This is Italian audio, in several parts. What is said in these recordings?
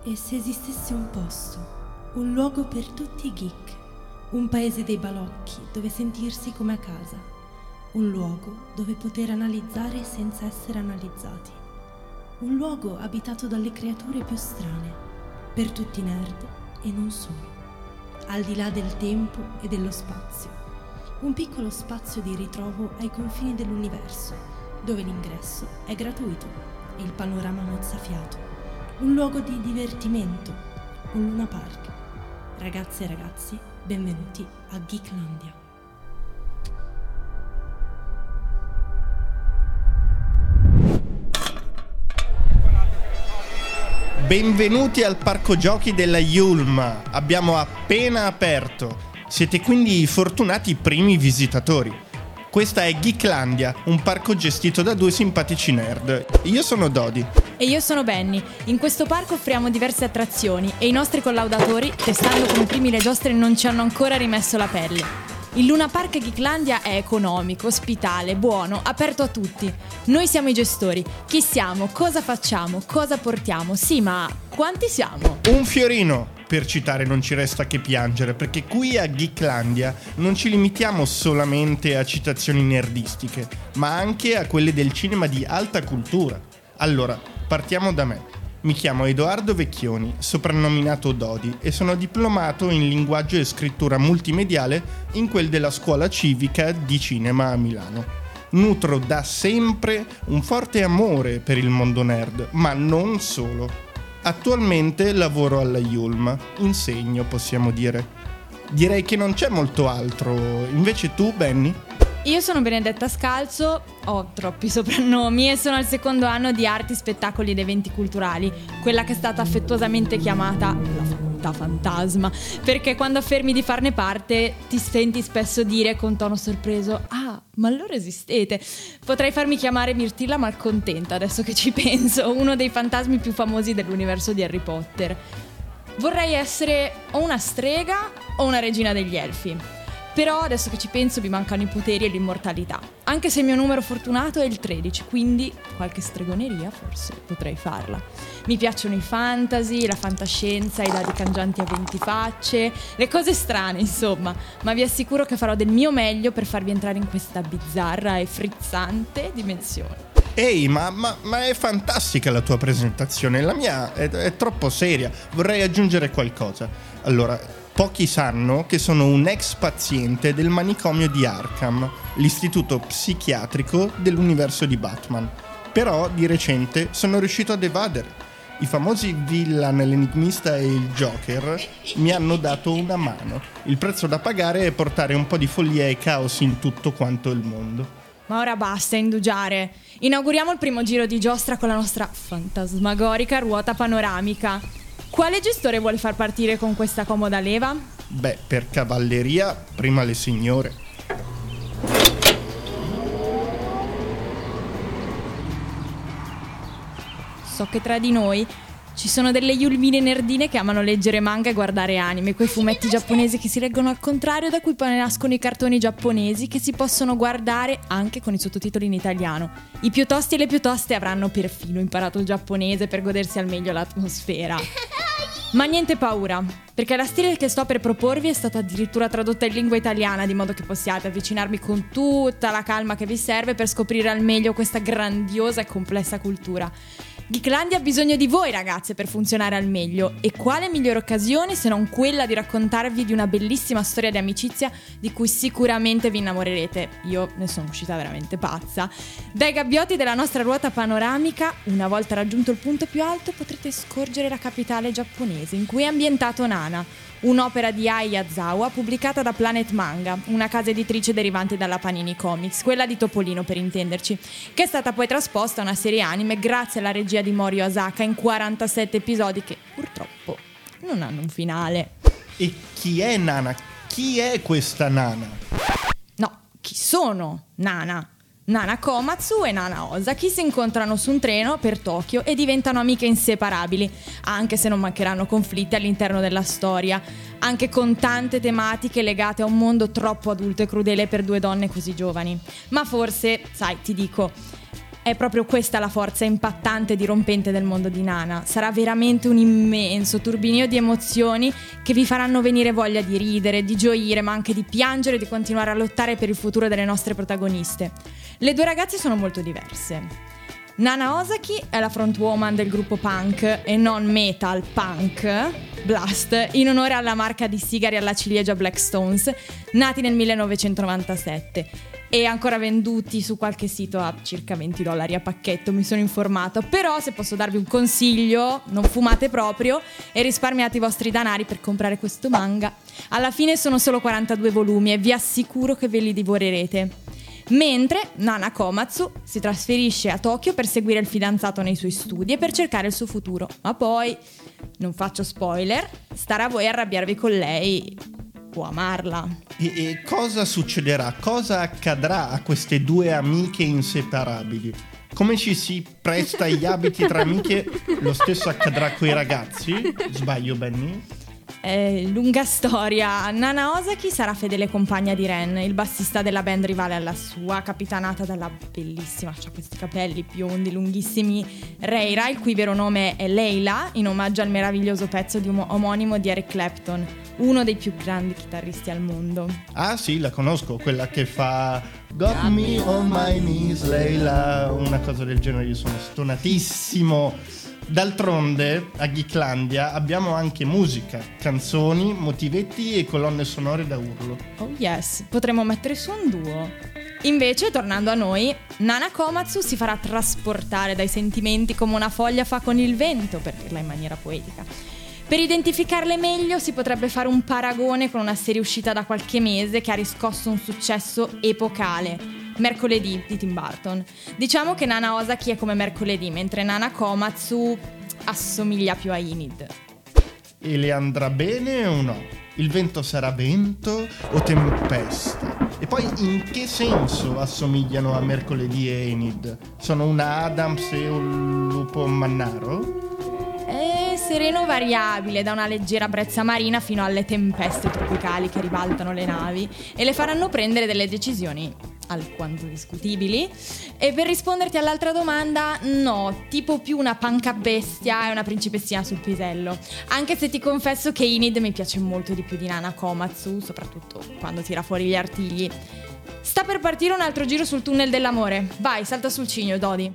E se esistesse un posto, un luogo per tutti i geek, un paese dei balocchi dove sentirsi come a casa, un luogo dove poter analizzare senza essere analizzati, un luogo abitato dalle creature più strane, per tutti i nerd e non solo, al di là del tempo e dello spazio, un piccolo spazio di ritrovo ai confini dell'universo, dove l'ingresso è gratuito e il panorama mozzafiato. Un luogo di divertimento, un Luna Park. Ragazze e ragazzi, benvenuti a Geeklandia. Benvenuti al parco giochi della Yulma. Abbiamo appena aperto. Siete quindi i fortunati primi visitatori. Questa è Geeklandia, un parco gestito da due simpatici nerd. Io sono Dodi. E io sono Benny. In questo parco offriamo diverse attrazioni e i nostri collaudatori, testando come primi le giostre, non ci hanno ancora rimesso la pelle. Il Luna Park Geeklandia è economico, ospitale, buono, aperto a tutti. Noi siamo i gestori. Chi siamo? Cosa facciamo? Cosa portiamo? Sì, ma quanti siamo? Un fiorino! Per citare non ci resta che piangere, perché qui a Geeklandia non ci limitiamo solamente a citazioni nerdistiche, ma anche a quelle del cinema di alta cultura. Allora, partiamo da me. Mi chiamo Edoardo Vecchioni, soprannominato Dodi, e sono diplomato in linguaggio e scrittura multimediale in quel della Scuola Civica di Cinema a Milano. Nutro da sempre un forte amore per il mondo nerd, ma non solo. Attualmente lavoro alla Yulma, insegno, possiamo dire. Direi che non c'è molto altro. Invece tu, Benny? Io sono Benedetta Scalzo, ho troppi soprannomi e sono al secondo anno di arti, spettacoli ed eventi culturali, quella che è stata affettuosamente chiamata la facoltà fantasma, perché quando affermi di farne parte ti senti spesso dire con tono sorpreso: ah, ma allora esistete. Potrei farmi chiamare Mirtilla Malcontenta, adesso che ci penso, uno dei fantasmi più famosi dell'universo di Harry Potter. Vorrei essere o una strega o una regina degli elfi. Però adesso che ci penso mi mancano i poteri e l'immortalità, anche se il mio numero fortunato è il 13, quindi qualche stregoneria forse potrei farla. Mi piacciono i fantasy, la fantascienza, i dadi cangianti a 20 facce, le cose strane insomma, ma vi assicuro che farò del mio meglio per farvi entrare in questa bizzarra e frizzante dimensione. Ehi, ma è fantastica la tua presentazione, la mia è troppo seria, vorrei aggiungere qualcosa. Allora, pochi sanno che sono un ex paziente del manicomio di Arkham, l'istituto psichiatrico dell'universo di Batman. Però di recente sono riuscito ad evadere. I famosi villain, l'enigmista e il Joker mi hanno dato una mano. Il prezzo da pagare è portare un po' di follia e caos in tutto quanto il mondo. Ma ora basta indugiare. Inauguriamo il primo giro di giostra con la nostra fantasmagorica ruota panoramica. Quale gestore vuole far partire con questa comoda leva? Beh, per cavalleria, prima le signore. So che tra di noi ci sono delle yulmine nerdine che amano leggere manga e guardare anime, quei fumetti giapponesi che si leggono al contrario, da cui poi nascono i cartoni giapponesi che si possono guardare anche con i sottotitoli in italiano. I più tosti e le più toste avranno perfino imparato il giapponese per godersi al meglio l'atmosfera. Ma niente paura, perché la stile che sto per proporvi è stata addirittura tradotta in lingua italiana, di modo che possiate avvicinarmi con tutta la calma che vi serve per scoprire al meglio questa grandiosa e complessa cultura. Geeklandia ha bisogno di voi ragazze per funzionare al meglio, e quale migliore occasione se non quella di raccontarvi di una bellissima storia di amicizia di cui sicuramente vi innamorerete. Io ne sono uscita veramente pazza. Dai gabbiotti della nostra ruota panoramica, una volta raggiunto il punto più alto, potrete scorgere la capitale giapponese in cui è ambientato Nana, un'opera di Ai Yazawa pubblicata da Planet Manga, una casa editrice derivante dalla Panini Comics, quella di Topolino per intenderci, che è stata poi trasposta a una serie anime grazie alla regia di Morio Asaka in 47 episodi che purtroppo non hanno un finale. E chi è Nana? Chi è questa Nana? No, chi sono Nana? Nana Komatsu e Nana Osaki si incontrano su un treno per Tokyo e diventano amiche inseparabili, anche se non mancheranno conflitti all'interno della storia, anche con tante tematiche legate a un mondo troppo adulto e crudele per due donne così giovani. Ma forse, sai, ti dico, È proprio questa la forza impattante e dirompente del mondo di Nana. Sarà veramente un immenso turbinio di emozioni che vi faranno venire voglia di ridere, di gioire, ma anche di piangere e di continuare a lottare per il futuro delle nostre protagoniste. Le due ragazze sono molto diverse. Nana Osaki è la frontwoman del gruppo punk e non metal punk Blast, in onore alla marca di sigari alla ciliegia Black Stones, nati nel 1997 e ancora venduti su qualche sito a circa $20 a pacchetto, mi sono informato. Però se posso darvi un consiglio, non fumate proprio e risparmiate i vostri danari per comprare questo manga. Alla fine sono solo 42 volumi e vi assicuro che ve li divorerete. Mentre Nana Komatsu si trasferisce a Tokyo per seguire il fidanzato nei suoi studi e per cercare il suo futuro. Ma poi, non faccio spoiler, starà a voi arrabbiarvi con lei o amarla. E cosa succederà? Cosa accadrà a queste due amiche inseparabili? Come ci si presta gli abiti tra amiche, lo stesso accadrà coi ragazzi? Sbaglio, Benny? Lunga storia. Nana Osaki sarà fedele compagna di Ren, il bassista della band rivale alla sua, capitanata dalla bellissima, c'ha questi capelli biondi lunghissimi, Reira, il cui vero nome è Leila, in omaggio al meraviglioso pezzo di omonimo di Eric Clapton, uno dei più grandi chitarristi al mondo. Ah sì, la conosco, quella che fa Got me on my knees, Leila, una cosa del genere. Io sono stonatissimo. D'altronde a Geeklandia abbiamo anche musica, canzoni, motivetti e colonne sonore da urlo. Oh yes, potremmo mettere su un duo. Invece, tornando a noi, Nana Komatsu si farà trasportare dai sentimenti come una foglia fa con il vento, per dirla in maniera poetica. Per identificarle meglio si potrebbe fare un paragone con una serie uscita da qualche mese che ha riscosso un successo epocale, Mercoledì di Tim Burton. Diciamo che Nana Osaki è come Mercoledì, mentre Nana Komatsu assomiglia più a Enid. E le andrà bene o no? Il vento sarà vento o tempesta? E poi in che senso assomigliano a Mercoledì e Enid? Sono una Adams e un lupo mannaro? Sereno variabile, da una leggera brezza marina fino alle tempeste tropicali che ribaltano le navi e le faranno prendere delle decisioni alquanto discutibili. E per risponderti all'altra domanda, no, tipo più una panca bestia e una principessina sul pisello. Anche se ti confesso che Enid mi piace molto di più di Nana Komatsu, soprattutto quando tira fuori gli artigli. Sta per partire un altro giro sul tunnel dell'amore. Vai, salta sul cigno, Dodi.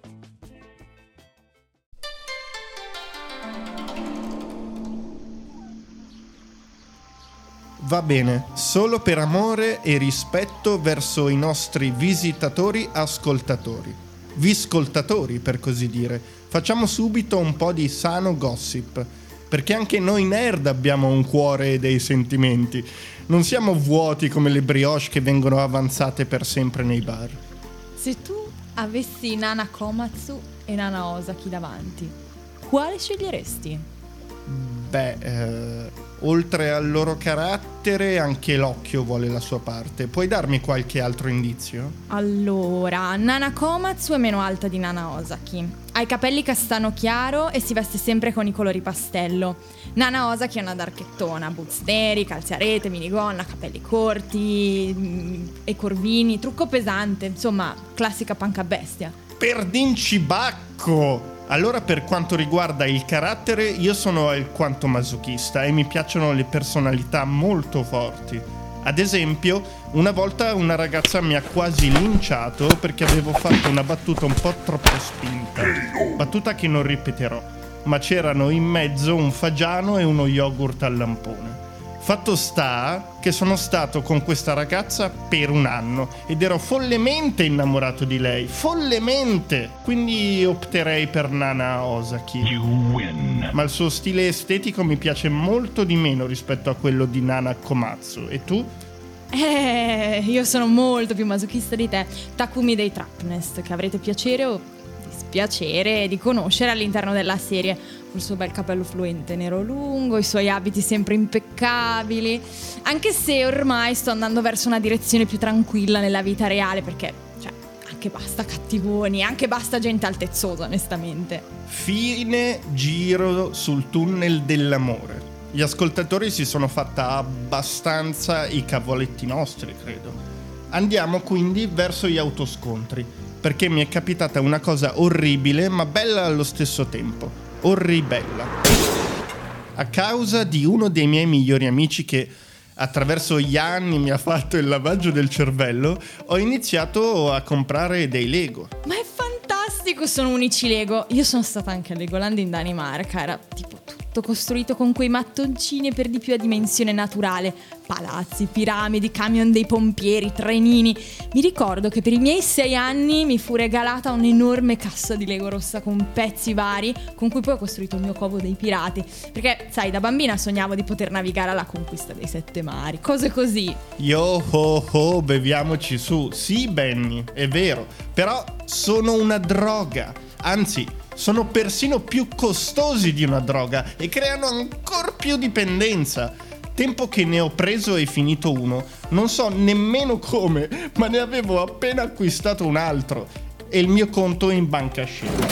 Va bene, solo per amore e rispetto verso i nostri visitatori ascoltatori. Viscoltatori, per così dire. Facciamo subito un po' di sano gossip, perché anche noi nerd abbiamo un cuore e dei sentimenti. Non siamo vuoti come le brioche che vengono avanzate per sempre nei bar. Se tu avessi Nana Komatsu e Nana Osaki davanti, quale sceglieresti? Oltre al loro carattere, anche l'occhio vuole la sua parte. Puoi darmi qualche altro indizio? Allora, Nana Komatsu è meno alta di Nana Osaki. Ha i capelli castano chiaro e si veste sempre con i colori pastello. Nana Osaki è una darchettona, boots neri, calzi a rete, minigonna, capelli corti e corvini, trucco pesante, insomma, classica panca bestia. Perdincibacco! Allora, per quanto riguarda il carattere, io sono alquanto masochista e mi piacciono le personalità molto forti. Ad esempio, una volta una ragazza mi ha quasi linciato perché avevo fatto una battuta un po' troppo spinta. Battuta che non ripeterò, ma c'erano in mezzo un fagiano e uno yogurt al lampone. Fatto sta che sono stato con questa ragazza per 1 anno ed ero follemente innamorato di lei, follemente! Quindi opterei per Nana Osaki. Ma il suo stile estetico mi piace molto di meno rispetto a quello di Nana Komatsu. E tu? Io sono molto più masochista di te. Takumi dei Trapnest, che avrete piacere o dispiacere di conoscere all'interno della serie. Il suo bel capello fluente nero lungo, i suoi abiti sempre impeccabili, anche se ormai sto andando verso una direzione più tranquilla nella vita reale, perché anche basta cattivoni, anche basta gente altezzosa, onestamente. Fine giro sul tunnel dell'amore. Gli ascoltatori si sono fatta abbastanza i cavoletti nostri, credo. Andiamo quindi verso gli autoscontri. perché mi è capitata una cosa orribile ma bella allo stesso tempo. Orribella. A causa di uno dei miei migliori amici che attraverso gli anni mi ha fatto il lavaggio del cervello, ho iniziato a comprare dei Lego. Ma è fantastico, sono unici Lego. Io sono stata anche a Legoland in Danimarca, era tipo tutto costruito con quei mattoncini e per di più a dimensione naturale. Palazzi, piramidi, camion dei pompieri, trenini. Mi ricordo che per i miei 6 anni mi fu regalata un'enorme cassa di Lego rossa con pezzi vari, con cui poi ho costruito il mio covo dei pirati. Perché, sai, da bambina sognavo di poter navigare alla conquista dei 7 mari, cose così. Yo ho ho, beviamoci su. Sì, Benny, è vero, però sono una droga. Anzi, sono persino più costosi di una droga e creano ancora più dipendenza. Tempo che ne ho preso e finito uno, non so nemmeno come, ma ne avevo appena acquistato un altro e il mio conto in banca scende.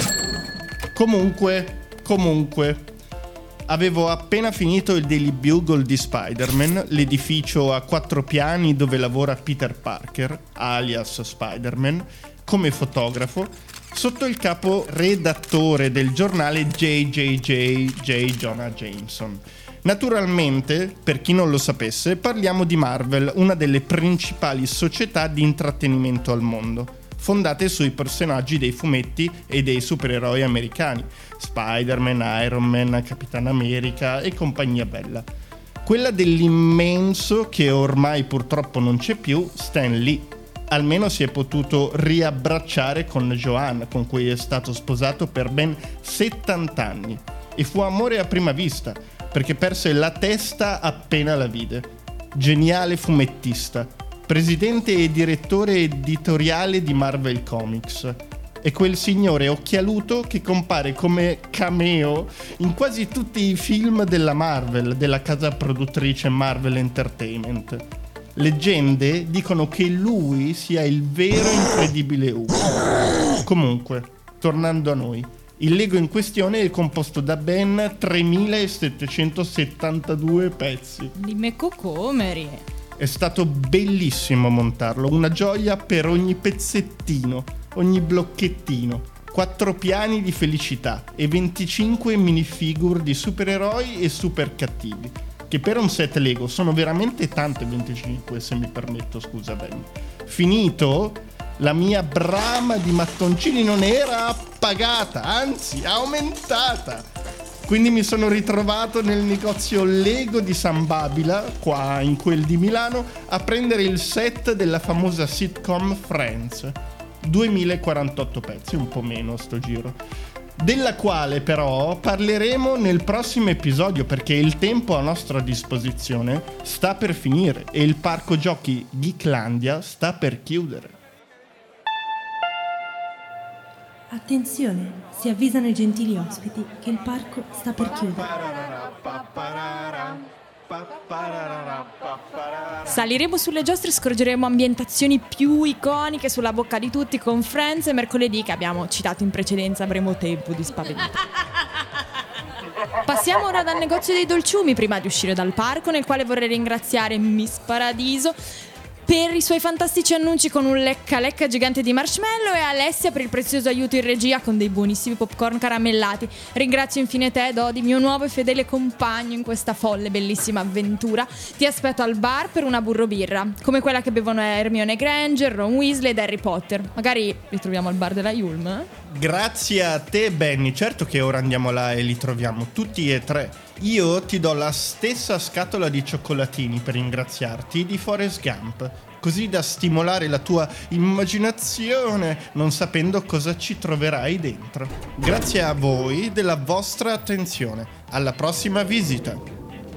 Comunque, avevo appena finito il Daily Bugle di Spider-Man, l'edificio a 4 piani dove lavora Peter Parker, alias Spider-Man, come fotografo, sotto il capo redattore del giornale J. Jonah Jameson. Naturalmente, per chi non lo sapesse, parliamo di Marvel, una delle principali società di intrattenimento al mondo, fondate sui personaggi dei fumetti e dei supereroi americani, Spider-Man, Iron Man, Capitan America e compagnia bella. Quella dell'immenso, che ormai purtroppo non c'è più, Stan Lee. Almeno si è potuto riabbracciare con Joanne, con cui è stato sposato per ben 70 anni. E fu amore a prima vista, perché perse la testa appena la vide. Geniale fumettista, presidente e direttore editoriale di Marvel Comics. E quel signore occhialuto che compare come cameo in quasi tutti i film della Marvel, della casa produttrice Marvel Entertainment. Leggende dicono che lui sia il vero incredibile Hulk. Comunque, tornando a noi, il Lego in questione è composto da ben 3772 pezzi. Di me cocomeri. È stato bellissimo montarlo, una gioia per ogni pezzettino, ogni blocchettino. 4 piani di felicità e 25 minifigure di supereroi e super cattivi, che per un set Lego sono veramente tante. 25, se mi permetto, scusa Ben. Finito, la mia brama di mattoncini non era appagata, anzi aumentata. Quindi mi sono ritrovato nel negozio Lego di San Babila, qua in quel di Milano, a prendere il set della famosa sitcom Friends. 2048 pezzi, un po' meno sto giro, della quale però parleremo nel prossimo episodio, perché il tempo a nostra disposizione sta per finire e il parco giochi Geeklandia sta per chiudere. Attenzione, si avvisano i gentili ospiti che il parco sta per chiudere. Saliremo sulle giostre e scorgeremo ambientazioni più iconiche sulla bocca di tutti con Friends, e mercoledì, che abbiamo citato in precedenza, avremo tempo di spaventare. Passiamo ora dal negozio dei dolciumi prima di uscire dal parco, nel quale vorrei ringraziare Miss Paradiso per i suoi fantastici annunci con un lecca gigante di marshmallow, e Alessia per il prezioso aiuto in regia con dei buonissimi popcorn caramellati. Ringrazio infine te, Dodi, mio nuovo e fedele compagno in questa folle bellissima avventura. Ti aspetto al bar per una burro birra, come quella che bevono Hermione Granger, Ron Weasley ed Harry Potter. Magari li troviamo al bar della Yulm? Grazie a te, Benny. Certo che ora andiamo là e li troviamo tutti e 3. Io ti do la stessa scatola di cioccolatini per ringraziarti di Forrest Gump, così da stimolare la tua immaginazione non sapendo cosa ci troverai dentro. Grazie a voi della vostra attenzione. Alla prossima visita.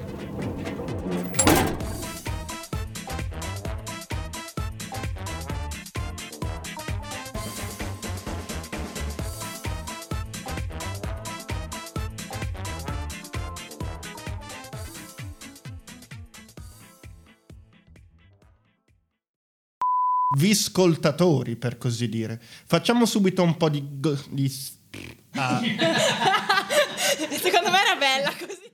Viscoltatori, per così dire. Facciamo subito un po' di... Secondo me era bella così.